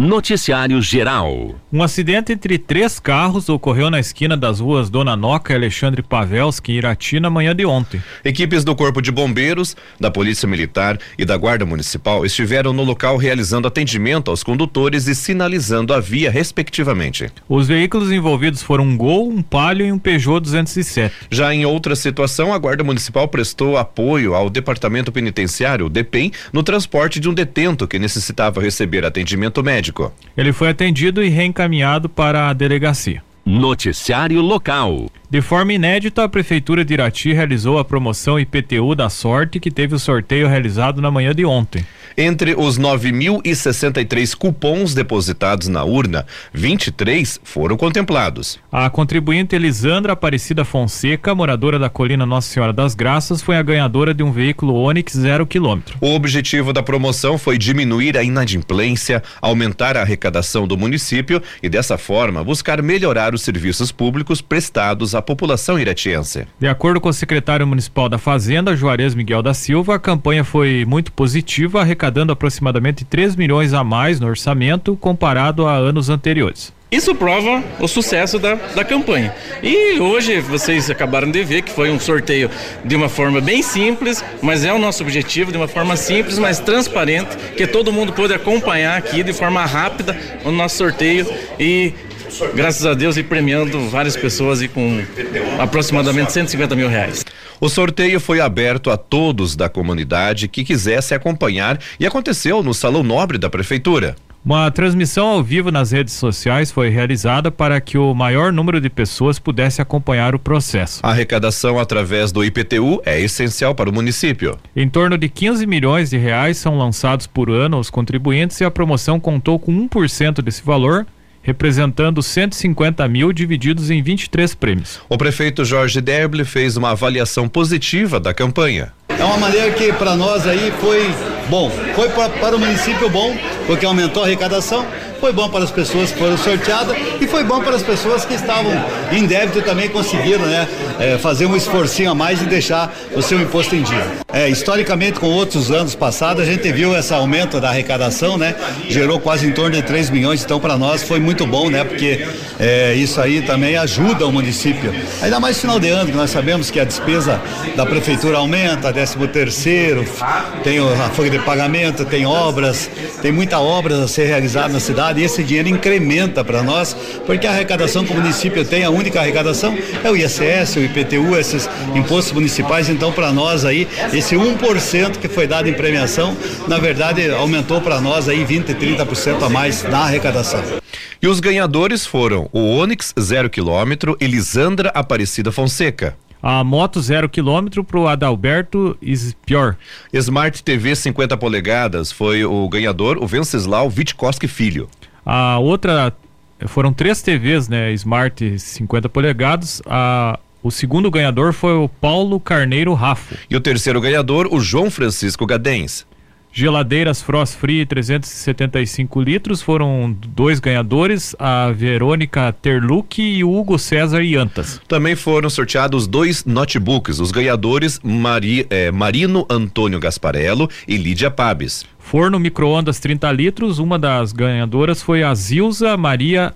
Noticiário Geral. Um acidente entre 3 carros ocorreu na esquina das ruas Dona Noca e Alexandre Pavelski, em Irati, na manhã de ontem. Equipes do Corpo de Bombeiros, da Polícia Militar e da Guarda Municipal estiveram no local realizando atendimento aos condutores e sinalizando a via, respectivamente. Os veículos envolvidos foram um Gol, um Palio e um Peugeot 207. Já em outra situação, a Guarda Municipal prestou apoio ao Departamento Penitenciário, o DEPEN, no transporte de um detento que necessitava receber atendimento médico. Ele foi atendido e reencaminhado para a delegacia. Noticiário local. De forma inédita, a Prefeitura de Irati realizou a promoção IPTU da Sorte, que teve o sorteio realizado na manhã de ontem. Entre os 9.063 cupons depositados na urna, 23 foram contemplados. A contribuinte Elisandra Aparecida Fonseca, moradora da Colina Nossa Senhora das Graças, foi a ganhadora de um veículo Onix 0 km. O objetivo da promoção foi diminuir a inadimplência, aumentar a arrecadação do município e, dessa forma, buscar melhorar os serviços públicos prestados à população iratiense. De acordo com o secretário municipal da Fazenda, Juarez Miguel da Silva, a campanha foi muito positiva, arrecadando aproximadamente 3 milhões a mais no orçamento comparado a anos anteriores. Isso prova o sucesso da campanha. E hoje vocês acabaram de ver que foi um sorteio de uma forma bem simples, mas é o nosso objetivo, de uma forma simples, mas transparente, que todo mundo pôde acompanhar aqui de forma rápida o nosso sorteio e, graças a Deus, ir premiando várias pessoas e com aproximadamente 150 mil reais. O sorteio foi aberto a todos da comunidade que quisesse acompanhar e aconteceu no Salão Nobre da Prefeitura. Uma transmissão ao vivo nas redes sociais foi realizada para que o maior número de pessoas pudesse acompanhar o processo. A arrecadação através do IPTU é essencial para o município. Em torno de 15 milhões de reais são lançados por ano aos contribuintes e a promoção contou com 1% desse valor, representando 150 mil divididos em 23 prêmios. O prefeito Jorge Derble fez uma avaliação positiva da campanha. É uma maneira que para nós aí foi bom, foi para o município bom, porque aumentou a arrecadação, foi bom para as pessoas que foram sorteadas e foi bom para as pessoas que estavam em débito também conseguiram, fazer um esforcinho a mais e deixar o seu imposto em dia. Historicamente, com outros anos passados, a gente viu esse aumento da arrecadação, gerou quase em torno de 3 milhões, então para nós foi muito bom, porque isso aí também ajuda o município. Ainda mais no final de ano, que nós sabemos que a despesa da prefeitura aumenta, 13º, tem a folha de pagamento, tem obras, tem muita obras a ser realizada na cidade e esse dinheiro incrementa para nós, porque a arrecadação que o município tem, a única arrecadação é o ISS, o IPTU, esses impostos municipais, então para nós aí, esse 1% que foi dado em premiação, na verdade aumentou para nós aí 20%, 30% a mais na arrecadação. E os ganhadores foram o Onix 0 km, Elisandra Aparecida Fonseca. A moto 0 km para o Adalberto Ispior. Smart TV 50 polegadas foi o ganhador, o Venceslau Witkowski Filho. A outra, foram 3 TVs, Smart 50 polegadas. O segundo ganhador foi o Paulo Carneiro Rafo. E o terceiro ganhador, o João Francisco Gadens. Geladeiras Frost Free 375 litros, foram 2 ganhadores, a Verônica Terluc e o Hugo César Iantas. Também foram sorteados 2 notebooks, os ganhadores Marino Antônio Gasparello e Lídia Pabes. Forno micro-ondas 30 litros, uma das ganhadoras foi a Zilza Maria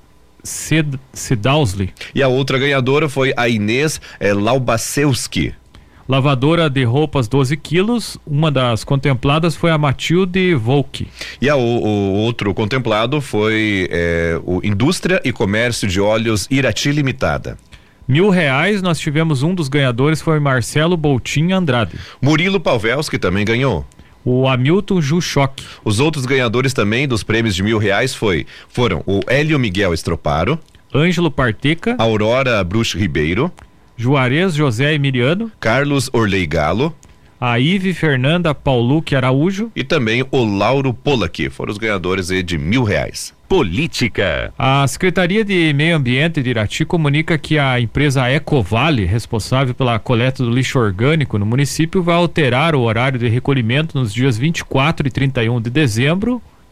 Sedausley. E a outra ganhadora foi a Inês Laubacewski. Lavadora de roupas 12 quilos, uma das contempladas foi a Matilde Volk. E o outro contemplado foi o Indústria e Comércio de Óleos Irati Limitada. R$1.000, nós tivemos um dos ganhadores, foi Marcelo Boltin Andrade. Murilo Pavelski também ganhou. O Hamilton Juchoc. Os outros ganhadores também dos prêmios de R$1.000 foram o Hélio Miguel Estroparo, Ângelo Parteca, Aurora Bruxo Ribeiro, Juarez José Emiliano, Carlos Orley Galo, a Ive Fernanda Pauluque Araújo e também o Lauro Polak, foram os ganhadores de R$1.000. Política. A Secretaria de Meio Ambiente de Irati comunica que a empresa Ecovale, responsável pela coleta do lixo orgânico no município, vai alterar o horário de recolhimento nos dias 24 e 31 de dezembro,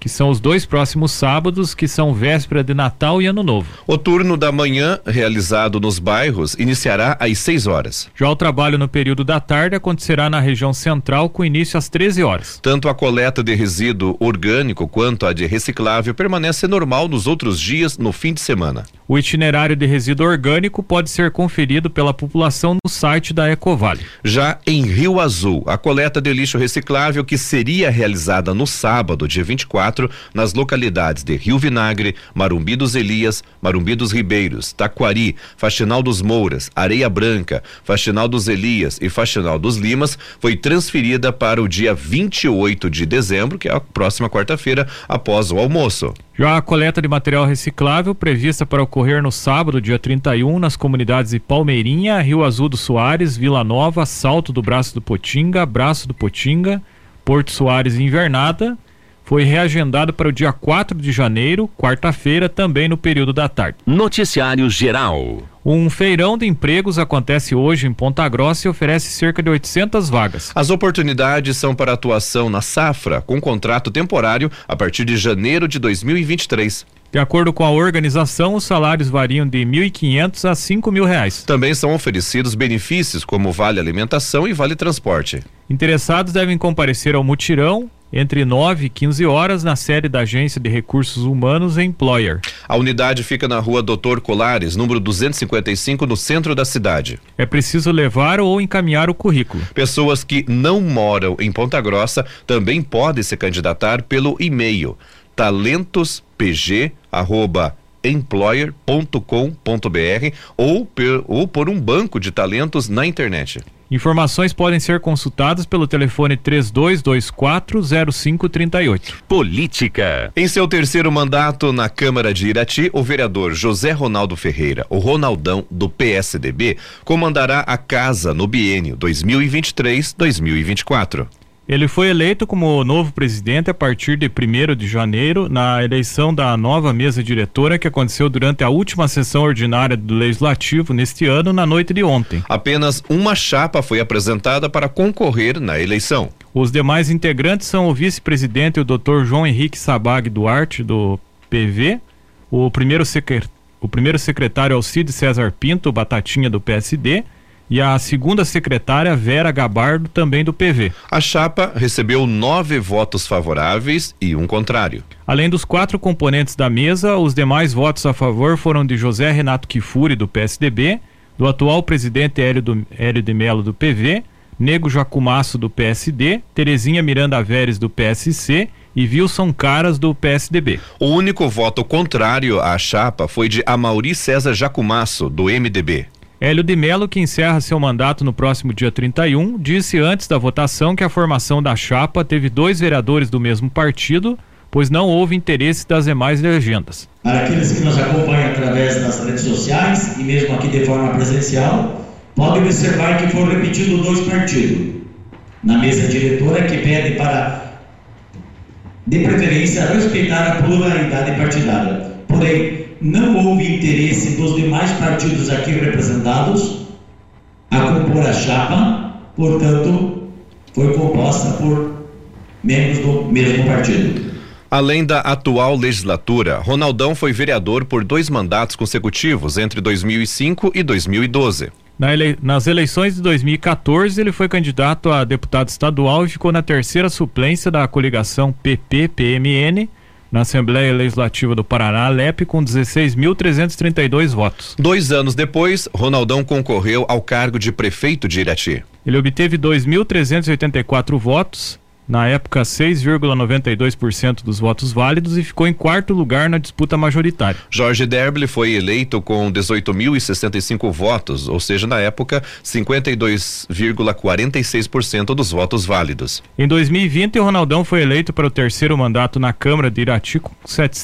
que são os 2 próximos sábados, que são véspera de Natal e Ano Novo. O turno da manhã, realizado nos bairros, iniciará às 6 horas. Já o trabalho no período da tarde acontecerá na região central, com início às 13 horas. Tanto a coleta de resíduo orgânico quanto a de reciclável permanece normal nos outros dias no fim de semana. O itinerário de resíduo orgânico pode ser conferido pela população no site da Ecovale. Já em Rio Azul, a coleta de lixo reciclável, que seria realizada no sábado, dia 24, nas localidades de Rio Vinagre, Marumbi dos Elias, Marumbi dos Ribeiros, Taquari, Faxinal dos Mouras, Areia Branca, Faxinal dos Elias e Faxinal dos Limas, foi transferida para o dia 28 de dezembro, que é a próxima quarta-feira, após o almoço. Já a coleta de material reciclável, prevista para ocorrer no sábado, dia 31, nas comunidades de Palmeirinha, Rio Azul do Soares, Vila Nova, Salto do Braço do Potinga, Braço do Potinga, Porto Soares e Invernada, foi reagendado para o dia 4 de janeiro, quarta-feira, também no período da tarde. Noticiário Geral. Um feirão de empregos acontece hoje em Ponta Grossa e oferece cerca de 800 vagas. As oportunidades são para atuação na safra, com contrato temporário a partir de janeiro de 2023. De acordo com a organização, os salários variam de R$ 1.500 a R$ 5.000. Também são oferecidos benefícios como vale alimentação e vale transporte. Interessados devem comparecer ao mutirão entre 9 e 15 horas na sede da Agência de Recursos Humanos Employer. A unidade fica na rua Doutor Colares, número 255, no centro da cidade. É preciso levar ou encaminhar o currículo. Pessoas que não moram em Ponta Grossa também podem se candidatar pelo e-mail talentospg@employer.com.br ou por um banco de talentos na internet. Informações podem ser consultadas pelo telefone 3224-0538. Política. Em seu terceiro mandato na Câmara de Irati, o vereador José Ronaldo Ferreira, o Ronaldão do PSDB, comandará a casa no biênio 2023-2024. Ele foi eleito como novo presidente a partir de 1º de janeiro na eleição da nova mesa diretora que aconteceu durante a última sessão ordinária do Legislativo neste ano, na noite de ontem. Apenas uma chapa foi apresentada para concorrer na eleição. Os demais integrantes são o vice-presidente, o Dr. João Henrique Sabag Duarte, do PV, o primeiro secretário Alcide César Pinto, Batatinha, do PSD, e a segunda secretária Vera Gabardo, também do PV. A chapa recebeu 9 votos favoráveis e um contrário. Além dos 4 componentes da mesa, os demais votos a favor foram de José Renato Kifuri, do PSDB, do atual presidente Hélio de Mello, do PV, Nego Jacumasso, do PSD, Terezinha Miranda Veres, do PSC e Wilson Caras, do PSDB. O único voto contrário à chapa foi de Amauri César Jacumasso, do MDB. Hélio de Mello, que encerra seu mandato no próximo dia 31, disse antes da votação que a formação da chapa teve 2 vereadores do mesmo partido, pois não houve interesse das demais legendas. Para aqueles que nos acompanham através das redes sociais e mesmo aqui de forma presencial, podem observar que foram repetidos 2 partidos na mesa diretora, que pede para, de preferência, respeitar a pluralidade partidária. Porém, não houve interesse dos demais partidos aqui representados a compor a chapa, portanto, foi composta por membros do mesmo partido. Além da atual legislatura, Ronaldão foi vereador por 2 mandatos consecutivos entre 2005 e 2012. Nas eleições de 2014, ele foi candidato a deputado estadual e ficou na 3ª suplência da coligação PP-PMN na Assembleia Legislativa do Paraná, Alep, com 16.332 votos. 2 anos depois, Ronaldão concorreu ao cargo de prefeito de Irati. Ele obteve 2.384 votos, na época 6,92% dos votos válidos, e ficou em 4º lugar na disputa majoritária. Jorge Derble foi eleito com 18.065 votos, ou seja, na época 52,46% dos votos válidos. Em 2020, o Ronaldão foi eleito para o 3º mandato na Câmara de Irati com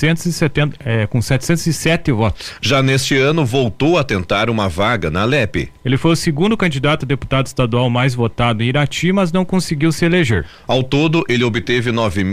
707 votos. Já neste ano, voltou a tentar uma vaga na Alep. Ele foi o 2º candidato a deputado estadual mais votado em Irati, mas não conseguiu se eleger. Ao todo, ele obteve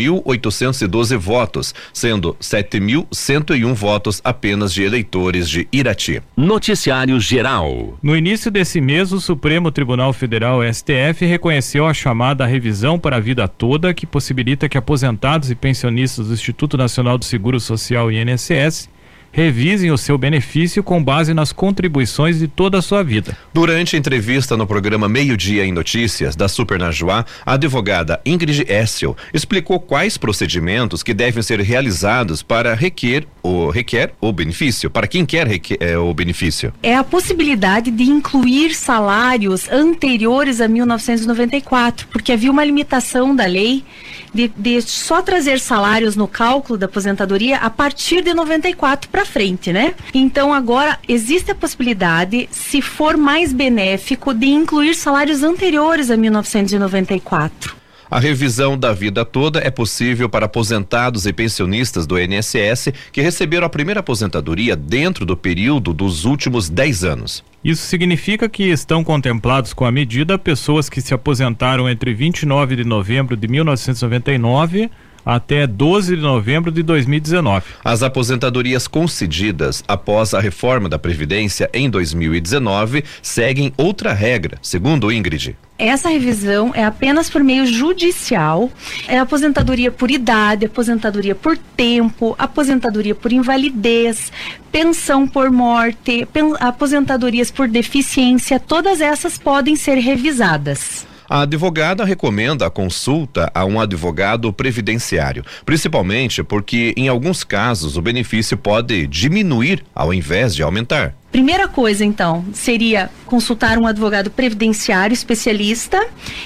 9.812 votos, sendo 7.101 votos apenas de eleitores de Irati. Noticiário Geral. No início desse mês, o Supremo Tribunal Federal, STF, reconheceu a chamada revisão para a vida toda, que possibilita que aposentados e pensionistas do Instituto Nacional do Seguro Social, INSS, revisem o seu benefício com base nas contribuições de toda a sua vida. Durante entrevista no programa Meio-Dia em Notícias da Super Najuá, a advogada Ingrid Essel explicou quais procedimentos que devem ser realizados para requer o benefício, para quem quer o benefício. É a possibilidade de incluir salários anteriores a 1994, porque havia uma limitação da lei de só trazer salários no cálculo da aposentadoria a partir de 94 para frente, né? Então agora existe a possibilidade, se for mais benéfico, de incluir salários anteriores a 1994. A revisão da vida toda é possível para aposentados e pensionistas do INSS que receberam a primeira aposentadoria dentro do período dos últimos 10 anos. Isso significa que estão contemplados com a medida pessoas que se aposentaram entre 29 de novembro de 1999 até 12 de novembro de 2019. As aposentadorias concedidas após a reforma da Previdência em 2019 seguem outra regra, segundo Ingrid. Essa revisão é apenas por meio judicial, é aposentadoria por idade, aposentadoria por tempo, aposentadoria por invalidez, pensão por morte, aposentadorias por deficiência, todas essas podem ser revisadas. A advogada recomenda a consulta a um advogado previdenciário, principalmente porque, em alguns casos, o benefício pode diminuir ao invés de aumentar. Primeira coisa, então, seria consultar um advogado previdenciário especialista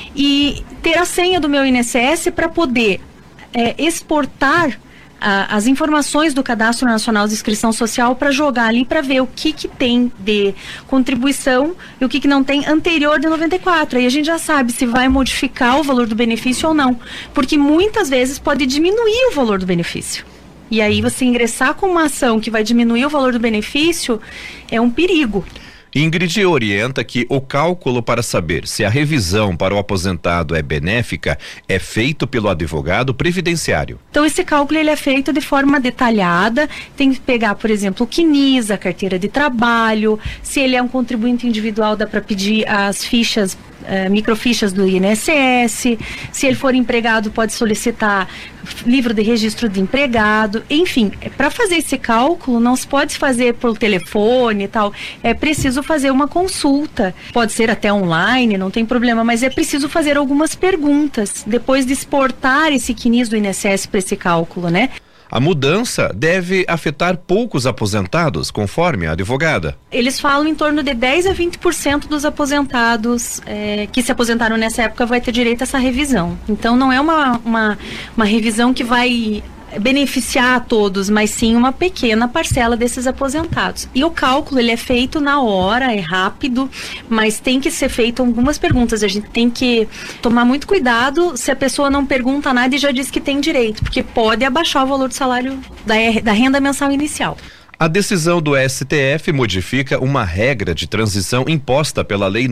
e ter a senha do meu INSS para poder exportar as informações do Cadastro Nacional de Inscrição Social para jogar ali para ver o que tem de contribuição e o que não tem anterior de 94. Aí a gente já sabe se vai modificar o valor do benefício ou não, porque muitas vezes pode diminuir o valor do benefício. E aí você ingressar com uma ação que vai diminuir o valor do benefício é um perigo. Ingrid orienta que o cálculo para saber se a revisão para o aposentado é benéfica é feito pelo advogado previdenciário. Então esse cálculo ele é feito de forma detalhada, tem que pegar, por exemplo, o CNIS, a carteira de trabalho, se ele é um contribuinte individual dá para pedir as fichas, microfichas do INSS, se ele for empregado pode solicitar livro de registro de empregado, enfim, para fazer esse cálculo não se pode fazer por telefone e tal, é preciso fazer uma consulta, pode ser até online, não tem problema, mas é preciso fazer algumas perguntas, depois de exportar esse CNIS do INSS para esse cálculo, né? A mudança deve afetar poucos aposentados, conforme a advogada. Eles falam em torno de 10 a 20% dos aposentados que se aposentaram nessa época vai ter direito a essa revisão. Então não é uma revisão que vai beneficiar a todos, mas sim uma pequena parcela desses aposentados. E o cálculo ele é feito na hora, é rápido, mas tem que ser feito algumas perguntas. A gente tem que tomar muito cuidado se a pessoa não pergunta nada e já diz que tem direito, porque pode abaixar o valor do salário da renda mensal inicial. A decisão do STF modifica uma regra de transição imposta pela Lei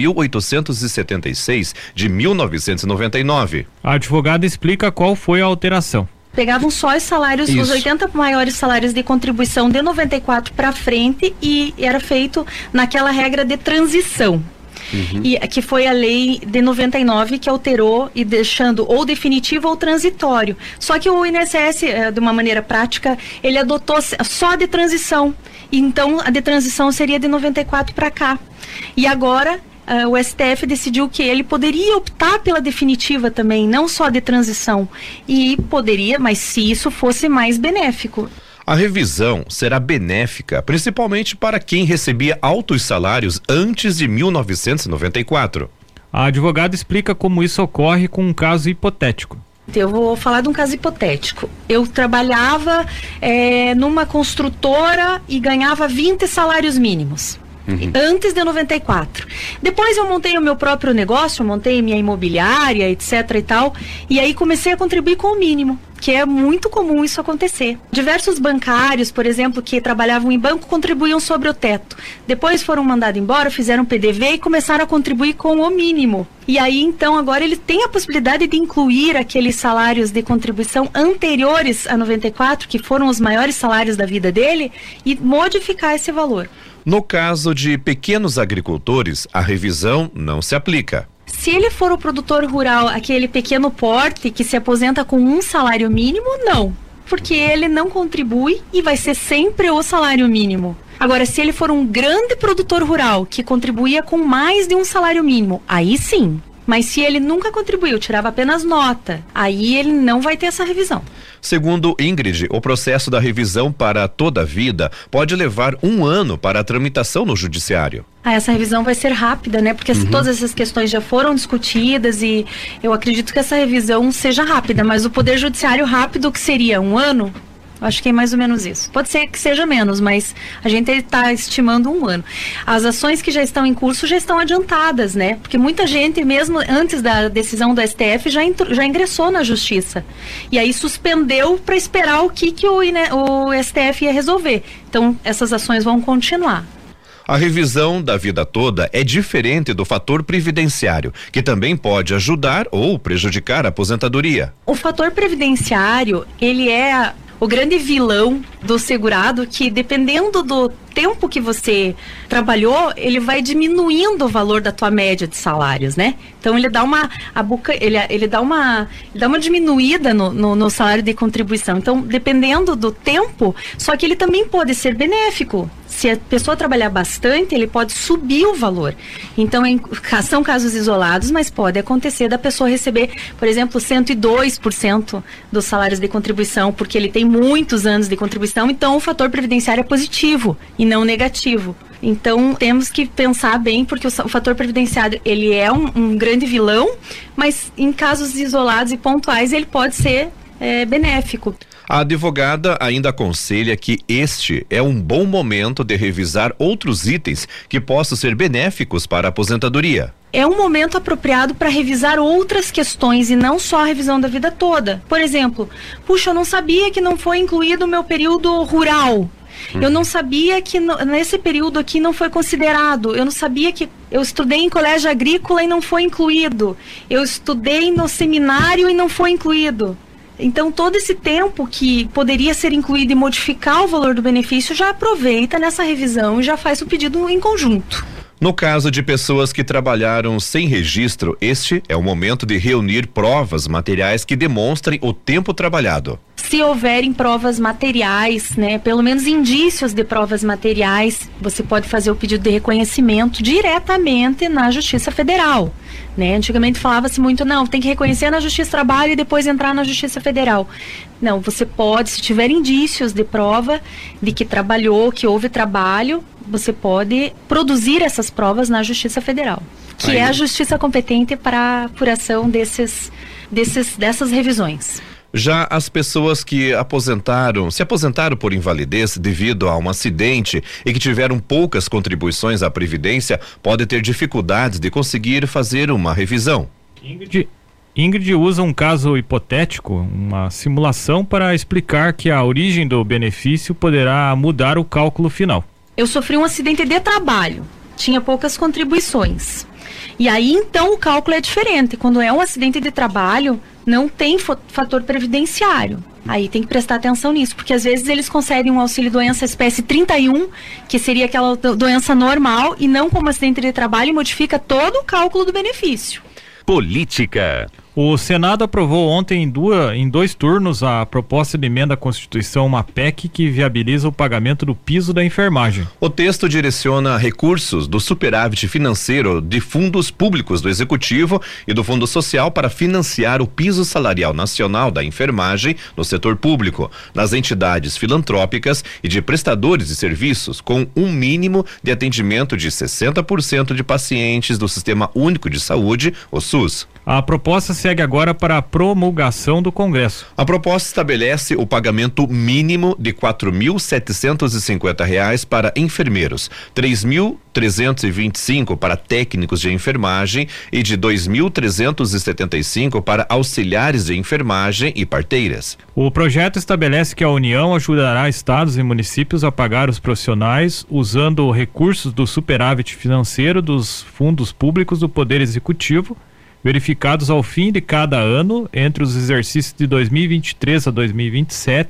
9.876 de 1999. A advogada explica qual foi a alteração. Pegavam só os salários, os 80 maiores salários de contribuição de 94 para frente e era feito naquela regra de transição. E que foi a lei de 99 que alterou e deixando ou definitivo ou transitório. Só que o INSS, de uma maneira prática, ele adotou só de transição. Então a de transição seria de 94 para cá. E agora o STF decidiu que ele poderia optar pela definitiva também, não só de transição. E poderia, mas se isso fosse mais benéfico. A revisão será benéfica, principalmente para quem recebia altos salários antes de 1994. A advogada explica como isso ocorre com um caso hipotético. Eu vou falar de um caso hipotético. Eu trabalhava numa construtora e ganhava 20 salários mínimos. Antes de 94. Depois eu montei o meu próprio negócio, eu montei minha imobiliária, etc e tal, e aí comecei a contribuir com o mínimo. porque é muito comum isso acontecer. Diversos bancários, por exemplo, que trabalhavam em banco, contribuíam sobre o teto. Depois foram mandados embora, fizeram PDV e começaram a contribuir com o mínimo. E aí, então, agora ele tem a possibilidade de incluir aqueles salários de contribuição anteriores a 94, que foram os maiores salários da vida dele, e modificar esse valor. No caso de pequenos agricultores, a revisão não se aplica. Se ele for o produtor rural, aquele pequeno porte que se aposenta com um salário mínimo, não. Porque ele não contribui e vai ser sempre o salário mínimo. Agora, se ele for um grande produtor rural que contribuía com mais de um salário mínimo, aí sim. Mas se ele nunca contribuiu, tirava apenas nota, aí ele não vai ter essa revisão. Segundo Ingrid, o processo da revisão para toda a vida pode levar 1 ano para a tramitação no judiciário. Essa revisão vai ser rápida, né? Porque todas essas questões já foram discutidas e eu acredito que essa revisão seja rápida, mas o Poder Judiciário rápido, que seria 1 ano, acho que é mais ou menos isso. Pode ser que seja menos, mas a gente está estimando 1 ano. As ações que já estão em curso já estão adiantadas, né? Porque muita gente, mesmo antes da decisão do STF, já ingressou na Justiça. E aí suspendeu para esperar o que o STF ia resolver. Então, essas ações vão continuar. A revisão da vida toda é diferente do fator previdenciário, que também pode ajudar ou prejudicar a aposentadoria. O fator previdenciário, ele é o grande vilão do segurado, que dependendo do tempo que você trabalhou, ele vai diminuindo o valor da tua média de salários, né? Então ele dá ele dá uma diminuída no salário de contribuição. Então, dependendo do tempo, só que ele também pode ser benéfico. Se a pessoa trabalhar bastante, ele pode subir o valor. Então, são casos isolados, mas pode acontecer da pessoa receber, por exemplo, 102% dos salários de contribuição, porque ele tem muitos anos de contribuição, então o fator previdenciário é positivo e não negativo. Então, temos que pensar bem, porque o fator previdenciário, ele é um grande vilão, mas em casos isolados e pontuais, ele pode ser benéfico. A advogada ainda aconselha que este é um bom momento de revisar outros itens que possam ser benéficos para a aposentadoria. É um momento apropriado para revisar outras questões e não só a revisão da vida toda. Por exemplo, puxa, eu não sabia que não foi incluído o meu período rural. Eu não sabia que nesse período aqui não foi considerado. Eu não sabia que eu estudei em colégio agrícola e não foi incluído. Eu estudei no seminário e não foi incluído. Então, todo esse tempo que poderia ser incluído e modificar o valor do benefício, já aproveita nessa revisão e já faz o pedido em conjunto. No caso de pessoas que trabalharam sem registro, este é o momento de reunir provas materiais que demonstrem o tempo trabalhado. Se houverem provas materiais, né, pelo menos indícios de provas materiais, você pode fazer o pedido de reconhecimento diretamente na Justiça Federal. Né? Antigamente falava-se muito, não, tem que reconhecer na Justiça do Trabalho e depois entrar na Justiça Federal. Não, você pode, se tiver indícios de prova de que trabalhou, que houve trabalho, você pode produzir essas provas na Justiça Federal, que é a justiça competente para a apuração dessas revisões. Já as pessoas que se aposentaram por invalidez devido a um acidente e que tiveram poucas contribuições à Previdência, podem ter dificuldades de conseguir fazer uma revisão. Ingrid usa um caso hipotético, uma simulação, para explicar que a origem do benefício poderá mudar o cálculo final. Eu sofri um acidente de trabalho, tinha poucas contribuições. E aí, então, o cálculo é diferente. Quando é um acidente de trabalho, não tem fator previdenciário. Aí tem que prestar atenção nisso, porque às vezes eles concedem um auxílio-doença espécie 31, que seria aquela doença normal, e não como acidente de trabalho, e modifica todo o cálculo do benefício. Política. O Senado aprovou ontem em 2 turnos a proposta de emenda à Constituição, uma PEC que viabiliza o pagamento do piso da enfermagem. O texto direciona recursos do superávit financeiro de fundos públicos do Executivo e do Fundo Social para financiar o piso salarial nacional da enfermagem no setor público, nas entidades filantrópicas e de prestadores de serviços, com um mínimo de atendimento de 60% de pacientes do Sistema Único de Saúde, o SUS. A proposta segue agora para a promulgação do Congresso. A proposta estabelece o pagamento mínimo de R$ 4.750 para enfermeiros, R$ 3.325 para técnicos de enfermagem e de R$ 2.375 para auxiliares de enfermagem e parteiras. O projeto estabelece que a União ajudará estados e municípios a pagar os profissionais usando recursos do superávit financeiro dos fundos públicos do Poder Executivo, verificados ao fim de cada ano entre os exercícios de 2023 a 2027,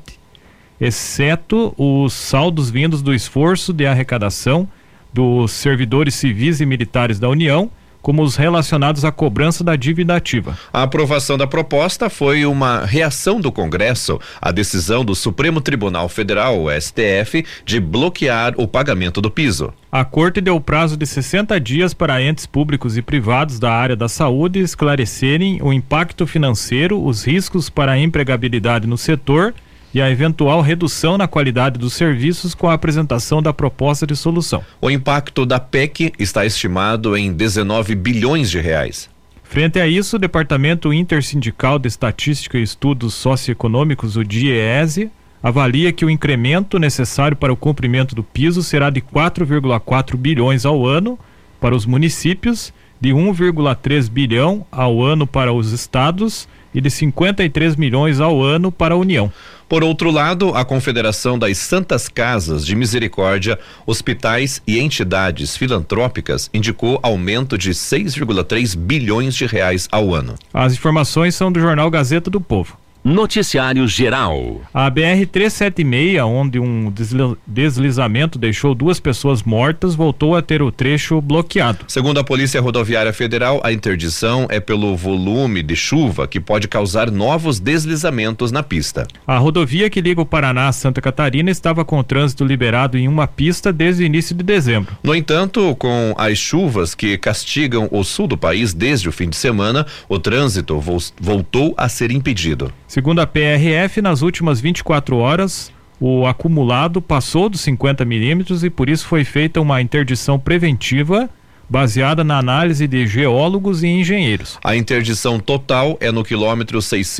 exceto os saldos vindos do esforço de arrecadação dos servidores civis e militares da União, como os relacionados à cobrança da dívida ativa. A aprovação da proposta foi uma reação do Congresso à decisão do Supremo Tribunal Federal, o STF, de bloquear o pagamento do piso. A Corte deu prazo de 60 dias para entes públicos e privados da área da saúde esclarecerem o impacto financeiro, os riscos para a empregabilidade no setor e a eventual redução na qualidade dos serviços com a apresentação da proposta de solução. O impacto da PEC está estimado em 19 bilhões de reais. Frente a isso, o Departamento Intersindical de Estatística e Estudos Socioeconômicos, o DIEESE, avalia que o incremento necessário para o cumprimento do piso será de 4,4 bilhões ao ano para os municípios, de 1,3 bilhão ao ano para os estados e de 53 milhões ao ano para a União. Por outro lado, a Confederação das Santas Casas de Misericórdia, hospitais e entidades filantrópicas indicou aumento de 6,3 bilhões de reais ao ano. As informações são do jornal Gazeta do Povo. Noticiário Geral. A BR-376, onde um deslizamento deixou 2 pessoas mortas, voltou a ter o trecho bloqueado. Segundo a Polícia Rodoviária Federal, a interdição é pelo volume de chuva que pode causar novos deslizamentos na pista. A rodovia que liga o Paraná a Santa Catarina estava com o trânsito liberado em uma pista desde o início de dezembro. No entanto, com as chuvas que castigam o sul do país desde o fim de semana, o trânsito voltou a ser impedido. Segundo a PRF, nas últimas 24 horas, o acumulado passou dos 50 milímetros e por isso foi feita uma interdição preventiva baseada na análise de geólogos e engenheiros. A interdição total é no quilômetro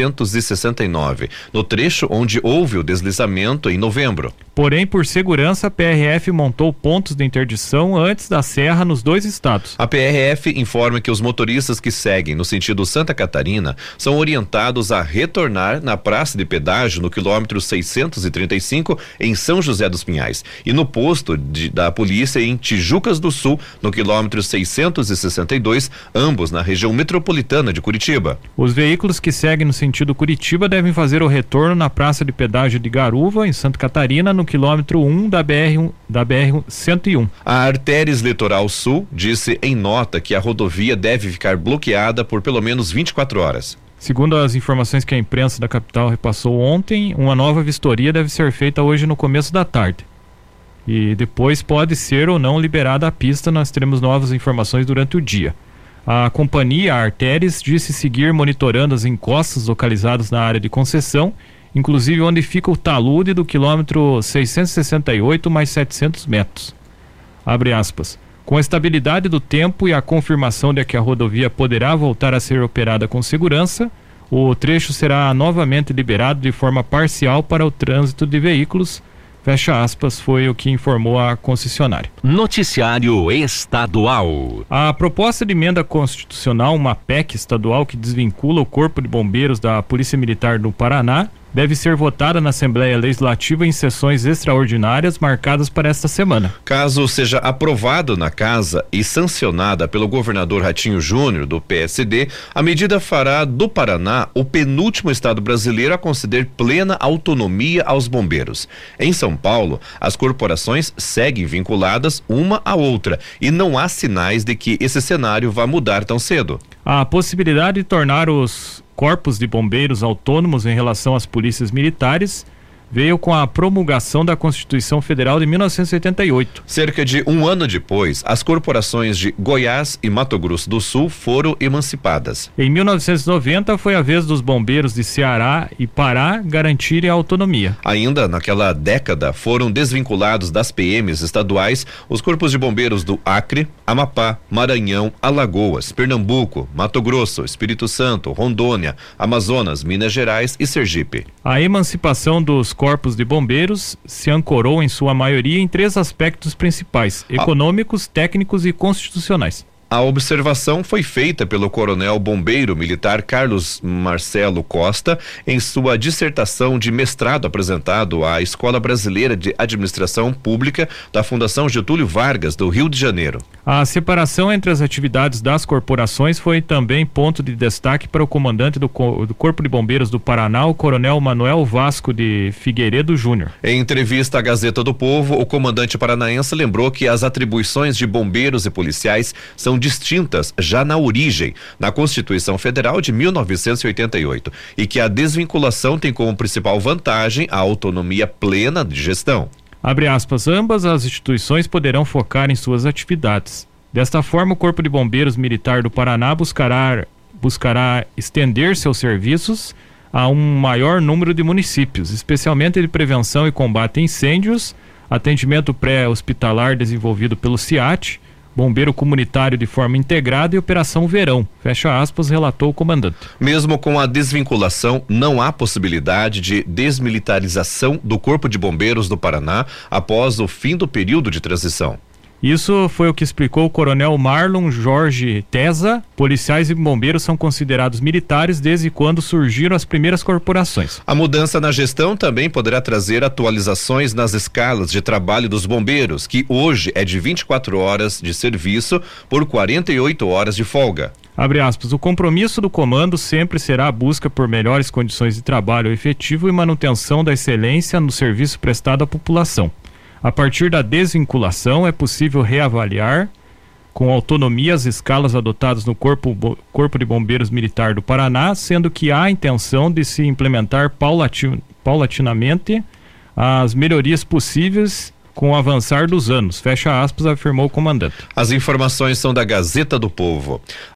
669, no trecho onde houve o deslizamento em novembro. Porém, por segurança, a PRF montou pontos de interdição antes da serra nos 2 estados. A PRF informa que os motoristas que seguem no sentido Santa Catarina são orientados a retornar na praça de pedágio no quilômetro 635 em São José dos Pinhais e no posto da polícia em Tijucas do Sul, no quilômetro 662, ambos na região metropolitana de Curitiba. Os veículos que seguem no sentido Curitiba devem fazer o retorno na praça de pedágio de Garuva, em Santa Catarina, no quilômetro 1 da BR-101. A Artéries Litoral Sul disse em nota que a rodovia deve ficar bloqueada por pelo menos 24 horas. Segundo as informações que a imprensa da capital repassou ontem, uma nova vistoria deve ser feita hoje no começo da tarde. E depois pode ser ou não liberada a pista, nós teremos novas informações durante o dia. A companhia Artéries disse seguir monitorando as encostas localizadas na área de concessão, inclusive onde fica o talude do quilômetro 668 mais 700 metros. Abre aspas. Com a estabilidade do tempo e a confirmação de que a rodovia poderá voltar a ser operada com segurança, o trecho será novamente liberado de forma parcial para o trânsito de veículos. Fecha aspas, foi o que informou a concessionária. Noticiário Estadual. A proposta de emenda constitucional, uma PEC estadual que desvincula o Corpo de Bombeiros da Polícia Militar do Paraná, deve ser votada na Assembleia Legislativa em sessões extraordinárias marcadas para esta semana. Caso seja aprovado na casa e sancionada pelo governador Ratinho Júnior, do PSD, a medida fará do Paraná o penúltimo estado brasileiro a conceder plena autonomia aos bombeiros. Em São Paulo, as corporações seguem vinculadas uma à outra e não há sinais de que esse cenário vá mudar tão cedo. A possibilidade de tornar os corpos de bombeiros autônomos em relação às polícias militares veio com a promulgação da Constituição Federal de 1988. Cerca de um ano depois, as corporações de Goiás e Mato Grosso do Sul foram emancipadas. Em 1990 foi a vez dos bombeiros de Ceará e Pará garantirem a autonomia. Ainda naquela década foram desvinculados das PMs estaduais os corpos de bombeiros do Acre, Amapá, Maranhão, Alagoas, Pernambuco, Mato Grosso, Espírito Santo, Rondônia, Amazonas, Minas Gerais e Sergipe. A emancipação dos corpos de bombeiros se ancorou em sua maioria em 3 aspectos principais: econômicos, técnicos e constitucionais. A observação foi feita pelo coronel bombeiro militar Carlos Marcelo Costa em sua dissertação de mestrado apresentado à Escola Brasileira de Administração Pública da Fundação Getúlio Vargas, do Rio de Janeiro. A separação entre as atividades das corporações foi também ponto de destaque para o comandante do Corpo de Bombeiros do Paraná, o coronel Manuel Vasco de Figueiredo Júnior. Em entrevista à Gazeta do Povo, o comandante paranaense lembrou que as atribuições de bombeiros e policiais são distintas já na origem, na Constituição Federal de 1988, e que a desvinculação tem como principal vantagem a autonomia plena de gestão. Abre aspas, ambas as instituições poderão focar em suas atividades. Desta forma, o Corpo de Bombeiros Militar do Paraná buscará estender seus serviços a um maior número de municípios, especialmente de prevenção e combate a incêndios, atendimento pré-hospitalar desenvolvido pelo CIAT, bombeiro comunitário de forma integrada e operação verão, fecha aspas, relatou o comandante. Mesmo com a desvinculação, não há possibilidade de desmilitarização do Corpo de Bombeiros do Paraná após o fim do período de transição. Isso foi o que explicou o coronel Marlon Jorge Tesa. Policiais e bombeiros são considerados militares desde quando surgiram as primeiras corporações. A mudança na gestão também poderá trazer atualizações nas escalas de trabalho dos bombeiros, que hoje é de 24 horas de serviço por 48 horas de folga. Abre aspas, o compromisso do comando sempre será a busca por melhores condições de trabalho efetivo e manutenção da excelência no serviço prestado à população. A partir da desvinculação, é possível reavaliar com autonomia as escalas adotadas no Corpo de Bombeiros Militar do Paraná, sendo que há a intenção de se implementar paulatinamente as melhorias possíveis com o avançar dos anos, fecha aspas, afirmou o comandante. As informações são da Gazeta do Povo.